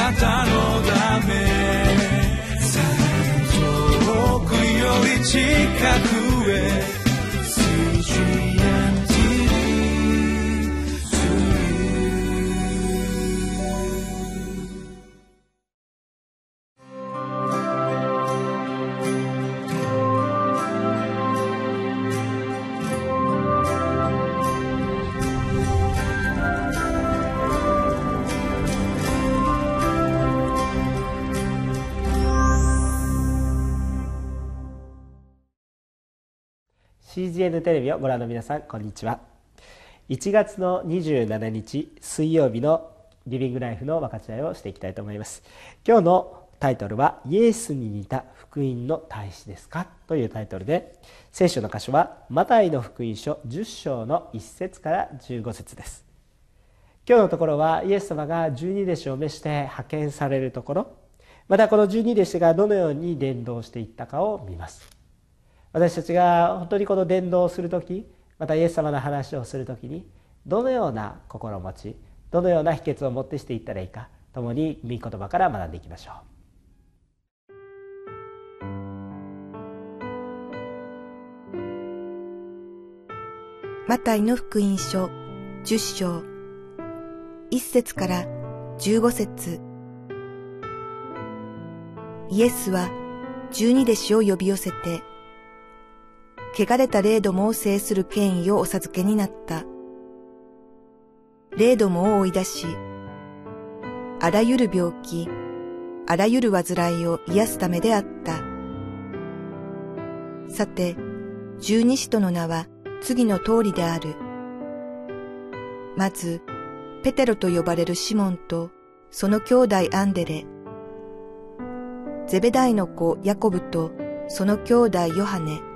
なたのため遠くより近くへ CGN テレビをご覧の皆さん、こんにちは。1月の27日水曜日のリビングライフの分かち合いをしていきたいと思います。今日のタイトルはイエスに似た福音の大使ですかというタイトルで、聖書の箇所はマタイの福音書10章の1節から15節です。今日のところはイエス様が12弟子を召して派遣されるところ、またこの12弟子がどのように伝道していったかを見ます。私たちが本当にこの伝道をするとき、またイエス様の話をするときにどのような心持ち、どのような秘訣を持ってしていったらいいか、共に御言葉から学んでいきましょう。 マタイの福音書10章1節から15節。イエスは12弟子を呼び寄せて、汚れた霊どもを制する権威をお授けになった。霊どもを追い出し、あらゆる病気、あらゆる患いを癒すためであった。さて、十二使徒の名は次の通りである。まず、ペテロと呼ばれるシモンと、その兄弟アンデレ、ゼベダイの子ヤコブと、その兄弟ヨハネ、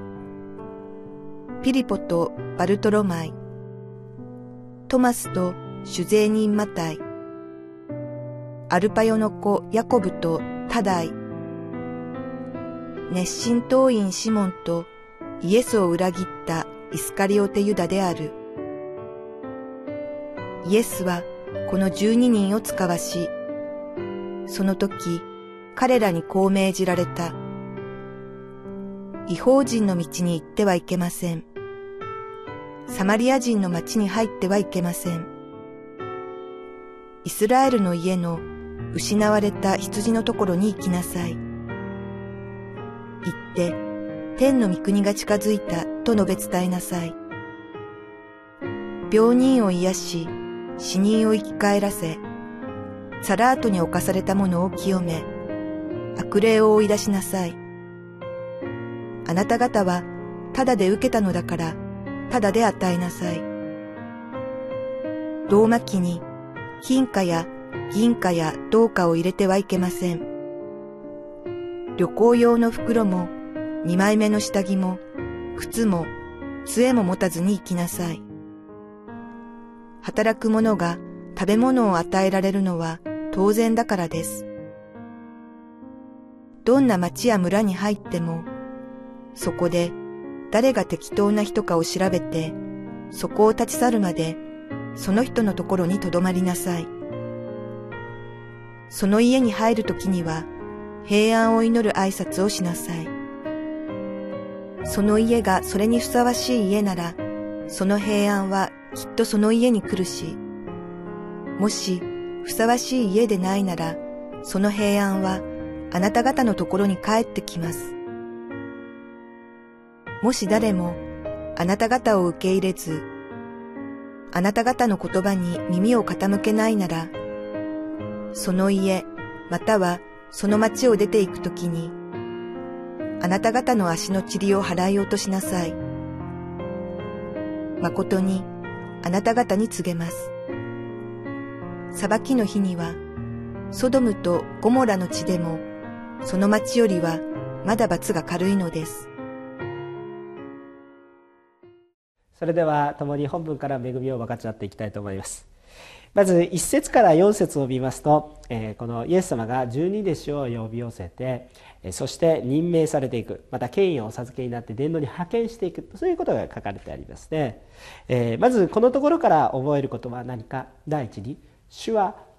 ピリポとバルトロマイ、トマスと酒税人マタイ、アルパヨの子ヤコブとタダイ、熱心党員シモンとイエスを裏切ったイスカリオテユダである。イエスはこの12人を使わし、その時彼らにこう命じられた。異邦人の道に行ってはいけません。サマリア人の町に入ってはいけません。イスラエルの家の失われた羊のところに行きなさい。行って、天の御国が近づいたと述べ伝えなさい。病人を癒し、死人を生き返らせ、サラートに侵された者を清め、悪霊を追い出しなさい。あなた方はただで受けたのだから、ただで与えなさい。胴巻きに金貨や銀貨や銅貨を入れてはいけません。旅行用の袋も2枚目の下着も靴も杖も持たずに行きなさい。働く者が食べ物を与えられるのは当然だからです。どんな町や村に入っても、そこで誰が適当な人かを調べて、そこを立ち去るまで、その人のところにとどまりなさい。その家に入るときには、平安を祈る挨拶をしなさい。その家がそれにふさわしい家なら、その平安はきっとその家に来るし、もしふさわしい家でないなら、その平安はあなた方のところに帰ってきます。もし誰もあなた方を受け入れず、あなた方の言葉に耳を傾けないなら、その家またはその町を出て行くときに、あなた方の足の塵を払い落としなさい。誠にあなた方に告げます。裁きの日には、ソドムとゴモラの地でも、その町よりはまだ罰が軽いのです。 それでは共に本文から恵みを分かち合っていきたいと思います。まず1節から4節を見ますと、このイエス様が12弟子を呼び寄せて、そして任命されていく、また権威をお授けになって伝道に派遣していく、そういうことが書かれてありますね。まずこのところから覚えることは何か。第一に、主は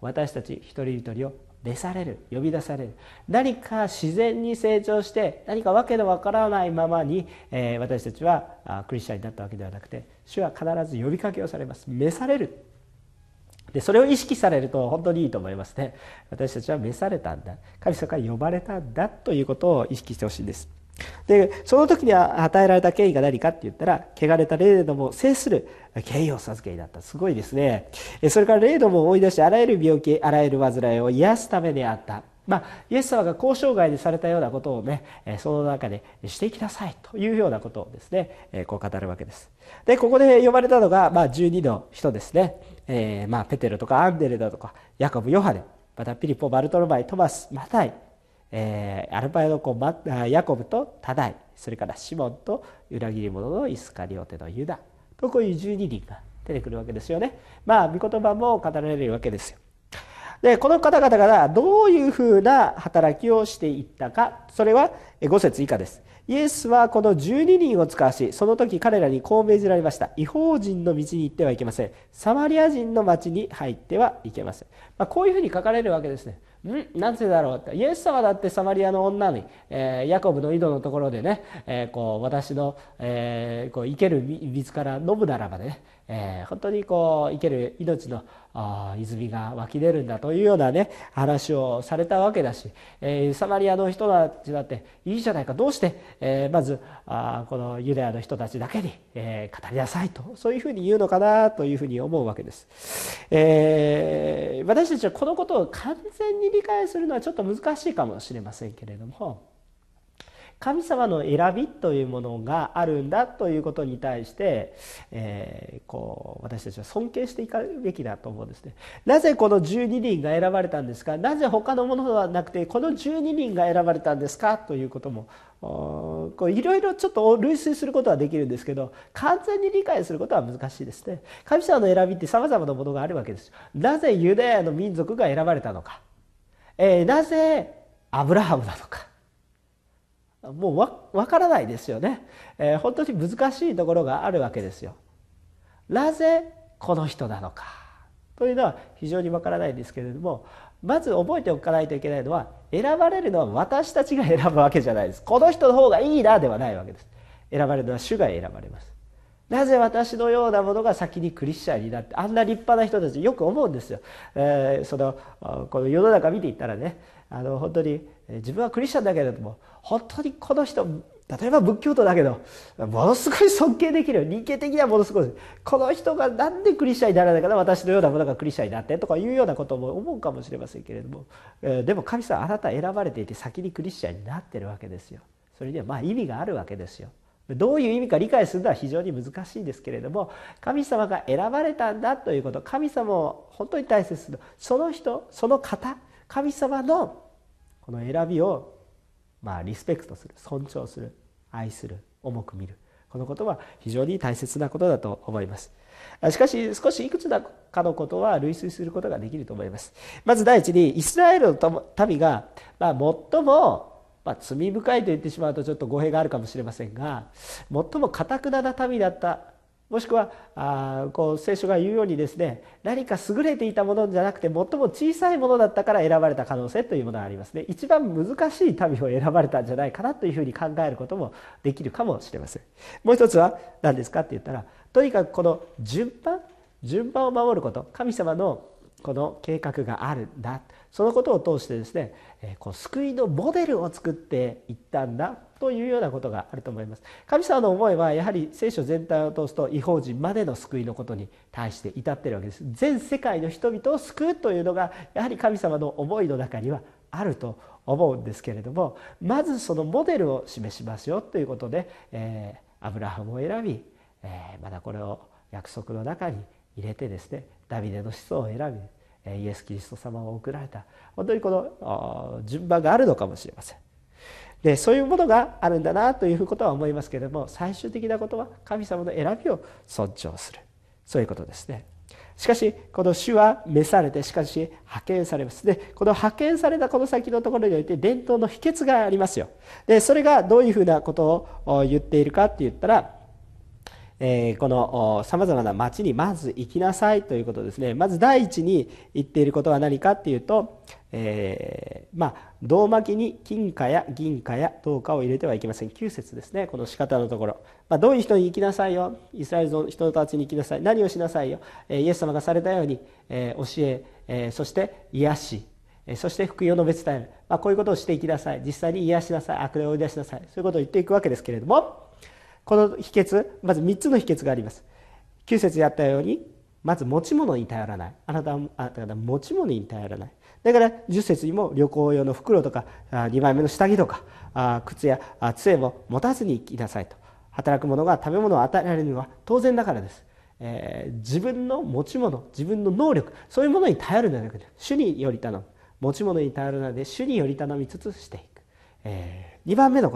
私たち一人一人を召される、呼び出される。何か自然に成長して何かわけのわからないままに、私たちはクリスチャンになったわけではなくて、主は必ず呼びかけをされます。召される。でそれを意識されると本当にいいと思いますね。私たちは召されたんだ、神様から呼ばれたんだということを意識してほしいんです。でその時に与えられた権威が何かって言ったら、汚れた霊どもを制する権威を授けになった。すごいですね。それから霊どもを追い出し、あらゆる病気、あらゆる患いを癒すためであった。イエス様が交渉外でされたようなことをね、その中でしていきなさいというようなことをですね、こう語るわけです。でここで呼ばれたのが、12の人ですね。ペテロとかアンデレだとかヤコブ、ヨハネ、またピリポ、バルトロマイ、トマス、マタイ、アルパイの子ヤコブとタダイ、それからシモンと裏切り者のイスカリオテのユダと、こういう12人が出てくるわけですよね。御言葉も語られるわけですよ。でこの方々がどういうふうな働きをしていったか、それは5節以下です。イエスはこの12人を使わし、その時彼らにこう命じられました。異邦人の道に行ってはいけません。サマリア人の町に入ってはいけません。こういうふうに書かれるわけですね。なぜだろうって。イエス様だってサマリアの女に、ヤコブの井戸のところでね、私の、生ける水から飲むならばね、本当に生ける命の泉が湧き出るんだというようなね話をされたわけだし、サマリアの人たちだっていいじゃないか、どうして、まずこのユダヤの人たちだけに、語りなさいと、そういうふうに言うのかなというふうに思うわけです。私たちはこのことを完全に理解するのはちょっと難しいかもしれませんけれども、神様の選びというものがあるんだということに対して、私たちは尊敬していかべきだと思うんですね。なぜこの12人が選ばれたんですか、なぜ他のものではなくてこの12人が選ばれたんですかということもいろいろちょっと類推することはできるんですけど、完全に理解することは難しいですね。神様の選びってさまざまなものがあるわけです。なぜユダヤの民族が選ばれたのか、なぜアブラハムなのか、もうわからないですよね。本当に難しいところがあるわけですよ。なぜこの人なのかというのは非常にわからないんですけれども、まず覚えておかないといけないのは、選ばれるのは私たちが選ぶわけじゃないです。この人の方がいいなではないわけです。選ばれるのは主が選ばれます。なぜ私のようなものが先にクリスチャンになって、あんな立派な人たちよく思うんですよ。この世の中見ていったらね、本当に自分はクリスチャンだけれども、本当にこの人、例えば仏教徒だけどものすごい尊敬できる、人間的にはものすごい、この人がなんでクリスチャンにならないかな、私のようなものがクリスチャンになってとかいうようなことも思うかもしれませんけれども、でも神様、あなたは選ばれていて先にクリスチャンになってるわけですよ。それには意味があるわけですよ。どういう意味か理解するのは非常に難しいんですけれども、神様が選ばれたんだということ、神様を本当に大切にする、その人、その方、神様のこの選びをリスペクトする、尊重する、愛する、重く見る、このことは非常に大切なことだと思います。しかし少しいくつかのことは類推することができると思います。まず第一に、イスラエルの民が最も罪深いと言ってしまうとちょっと語弊があるかもしれませんが、最も堅くなな民だった、もしくは聖書が言うようにですね、何か優れていたものじゃなくて最も小さいものだったから選ばれた可能性というものがありますね。一番難しい民を選ばれたんじゃないかなというふうに考えることもできるかもしれません。もう一つは何ですかって言ったら、とにかくこの順番を守ること、神様のこの計画があるんだ、そのことを通してですね、救いのモデルを作っていったんだというようなことがあると思います。神様の思いはやはり聖書全体を通すと異邦人までの救いのことに対して至っているわけです。全世界の人々を救うというのがやはり神様の思いの中にはあると思うんですけれども、まずそのモデルを示しますよということで、アブラハムを選び、またこれを約束の中に入れてですね、ダビデの子孫を選び、イエス・キリスト様を送られた、本当にこの順番があるのかもしれません。でそういうものがあるんだなということは思いますけれども、最終的なことは神様の選びを尊重する、そういうことですね。しかしこの主は召されて、しかし派遣されます。でこの派遣されたこの先のところにおいて伝統の秘訣がありますよ。でそれがどういうふうなことを言っているかって言ったら、 このさまざまな町にまず行きなさいということですね。まず第一に言っていることは何かっていうと、胴巻きに金貨や銀貨や銅貨を入れてはいけません。9節ですね、この仕方のところ。どういう人に行きなさいよ、イスラエルの人たちに行きなさい、何をしなさいよ、イエス様がされたように、教え、そして癒し、そして福音を述べ伝える、こういうことをしていきなさい。実際に癒しなさい、悪霊を追い出しなさい、そういうことを言っていくわけですけれども、この秘訣、まず3つの秘訣があります。9節であったように、まず持ち物に頼らない。あなた方持ち物に頼らない。だから10節にも旅行用の袋とか2枚目の下着とか靴や杖も持たずに行きなさいと。働く者が食べ物を与えられるのは当然だからです。自分の持ち物、自分の能力、そういうものに頼るのではなくて、主により頼む。持ち物に頼るので主により頼みつつしていく。2番目のこと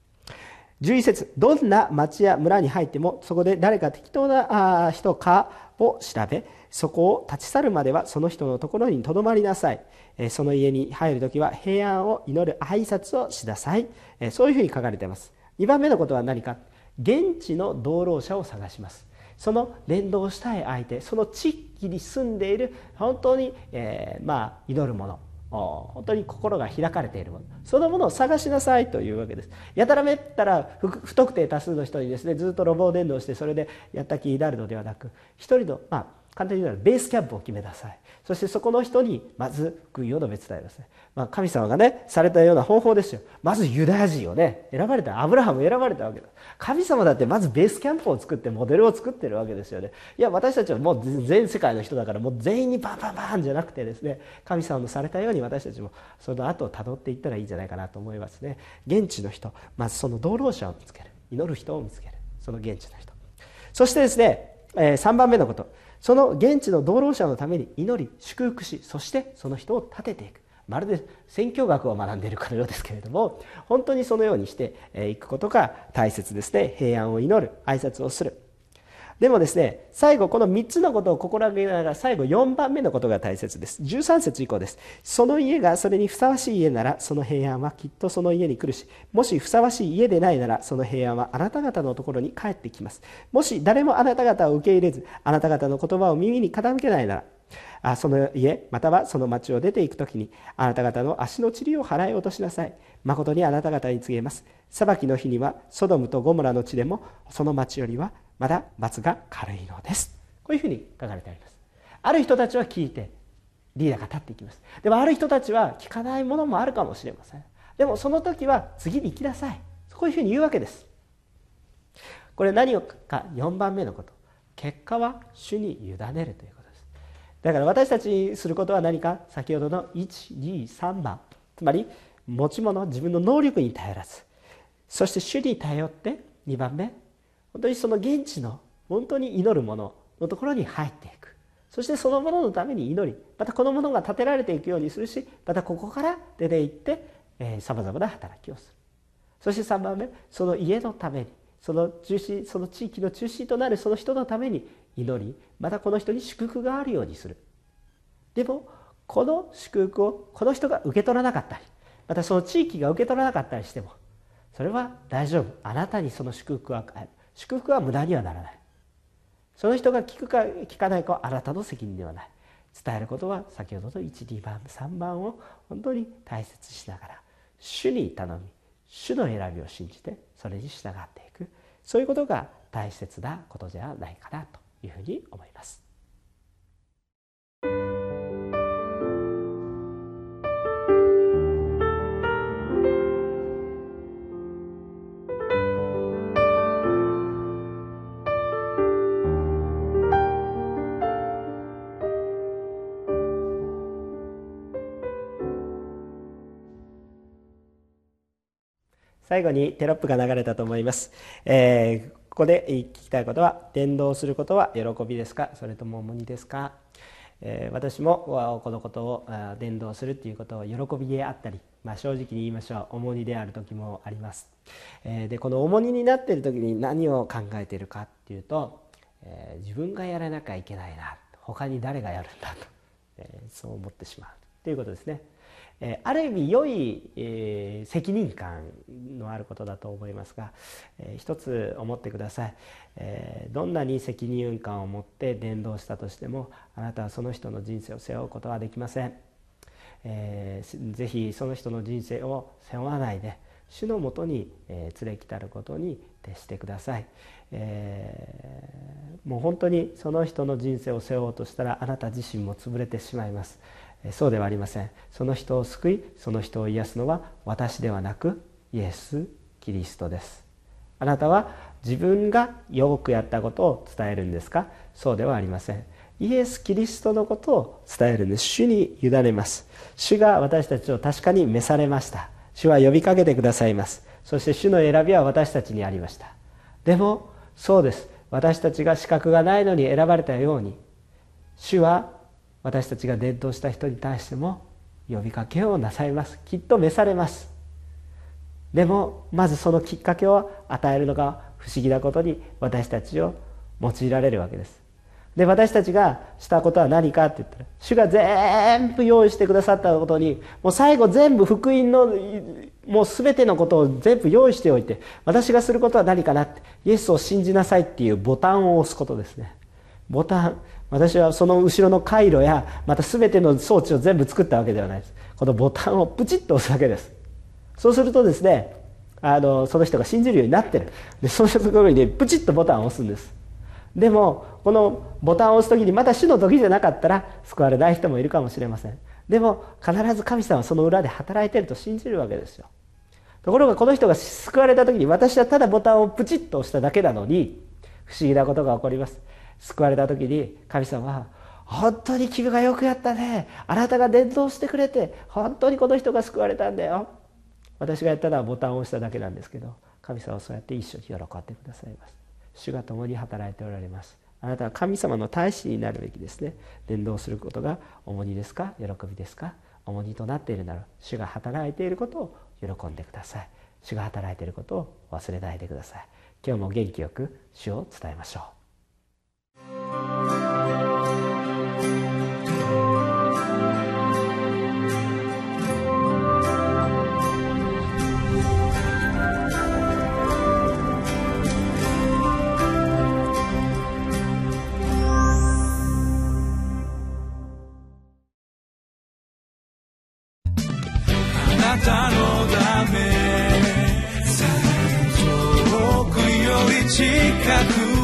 、11節、どんな町や村に入ってもそこで誰か適当な人かを調べ、そこを立ち去るまではその人のところにとどまりなさい。その家に入るときは平安を祈る挨拶をしなさい。そういうふうに書かれています。2番目のことは何か、現地の同労者を探します。その伝道したい相手、その地域に住んでいる本当に、祈る者、本当に心が開かれているもの、そのものを探しなさいというわけです。やたらめったら不特定多数の人にですね、ずっと路傍伝道してそれでやった気になるのではなく、一人の簡単に言うならベースキャンプを決めなさい。そしてそこの人にまず福音を述べ伝えなさい。神様がねされたような方法ですよ。まずユダヤ人をね選ばれた、アブラハム選ばれたわけだ。神様だってまずベースキャンプを作ってモデルを作ってるわけですよね。いや私たちはもう全世界の人だからもう全員にバンバンバンじゃなくてですね、神様のされたように私たちもその後をたどっていったらいいんじゃないかなと思いますね。現地の人、まずその同労者を見つける、祈る人を見つける、その現地の人。そしてですね、3番目のこと、その現地の同労者のために祈り祝福し、そしてその人を立てていく。まるで宣教学を学んでいるかのようですけれども、本当にそのようにしていくことが大切ですね。平安を祈る、挨拶をする。でもですね、最後この3つのことを心がけながら最後4番目のことが大切です。13節以降です。その家がそれにふさわしい家ならその平安はきっとその家に来るし、もしふさわしい家でないならその平安はあなた方のところに帰ってきます。もし誰もあなた方を受け入れず、あなた方の言葉を耳に傾けないなら、その家またはその町を出ていくときにあなた方の足の塵を払い落としなさい。誠にあなた方に告げます。裁きの日にはソドムとゴモラの地でもその町よりはまだ罰が軽いのです。こういうふうに書かれてあります。ある人たちは聞いてリーダーが立っていきます。でもある人たちは聞かないものもあるかもしれません。でもその時は次に行きなさい、こういうふうに言うわけです。これ何か4番目のこと、結果は主に委ねるということです。だから私たちにすることは何か、先ほどの1、2、3番、つまり持ち物、自分の能力に頼らず、そして主に頼って2番目、本当にその現地の本当に祈る者のところに入っていく。そしてそのもののために祈り、またこのものが立てられていくようにするし、またここから出て行ってさまざまな働きをする。そして3番目、その家のために、その中心、その地域の中心となるその人のために祈り、またこの人に祝福があるようにする。でもこの祝福をこの人が受け取らなかったり、またその地域が受け取らなかったりしても、それは大丈夫。あなたにその祝福はある。祝福は無駄にはならない。その人が聞くか聞かないかはあなたの責任ではない。伝えることは先ほどの1、2番、3番を本当に大切にしながら、主に頼み、主の選びを信じてそれに従っていく、そういうことが大切なことではないかなというふうに思います。最後にテロップが流れたと思います。ここで聞きたいことは、伝道することは喜びですか、それとも重荷ですか。私もこのことを伝道するということを喜びであったり、正直に言いましょう、重荷である時もあります。でこの重荷になっている時に何を考えているかっていうと、自分がやらなきゃいけないな、他に誰がやるんだと、そう思ってしまうということですね。 ある意味良い、責任感のあることだと思いますが、一つ思ってください。どんなに責任感を持って伝道したとしても、あなたはその人の人生を背負うことはできません。ぜひその人の人生を背負わないで、主のもとに連れ来たることに徹してください。もう本当にその人の人生を背負おうとしたら、あなた自身も潰れてしまいます。そうではありません。その人を救い、その人を癒すのは私ではなくイエス・キリストです。あなたは自分がよくやったことを伝えるんですか？そうではありません。イエス・キリストのことを伝えるんです。主に委ねます。主が私たちを確かに召されました。主は呼びかけてくださいます。そして主の選びは私たちにありました。でもそうです。私たちが資格がないのに選ばれたように、主は私たちが伝道した人に対しても呼びかけをなさいます。きっと召されます。でもまずそのきっかけを与えるのが不思議なことに私たちを用いられるわけです。で、私たちがしたことは何かって言ったら、主が全部用意してくださったことに、もう最後全部福音のもう全てのことを全部用意しておいて、私がすることは何かなって、イエスを信じなさいっていうボタンを押すことですね。ボタン。私はその後ろの回路やまた全ての装置を全部作ったわけではないです。このボタンをプチッと押すだけです。そうするとですね、その人が信じるようになってる。で、そのところにね、プチッとボタンを押すんです。でもこのボタンを押す時にまた主の時じゃなかったら救われない人もいるかもしれません。でも必ず神様はその裏で働いていると信じるわけですよ。ところがこの人が救われた時に、私はただボタンをプチッと押しただけなのに、不思議なことが起こります。救われた時に神様は、本当に君がよくやったね、あなたが伝道してくれて本当にこの人が救われたんだよ。私がやったのはボタンを押しただけなんですけど、神様はそうやって一緒に喜んでくださいます。主が共に働いておられます。あなたは神様の大使になるべきですね。伝道することが重荷ですか、喜びですか？重荷となっているなら、主が働いていることを喜んでください。主が働いていることを忘れないでください。今日も元気よく主を伝えましょう。 あなたのため遠くより近く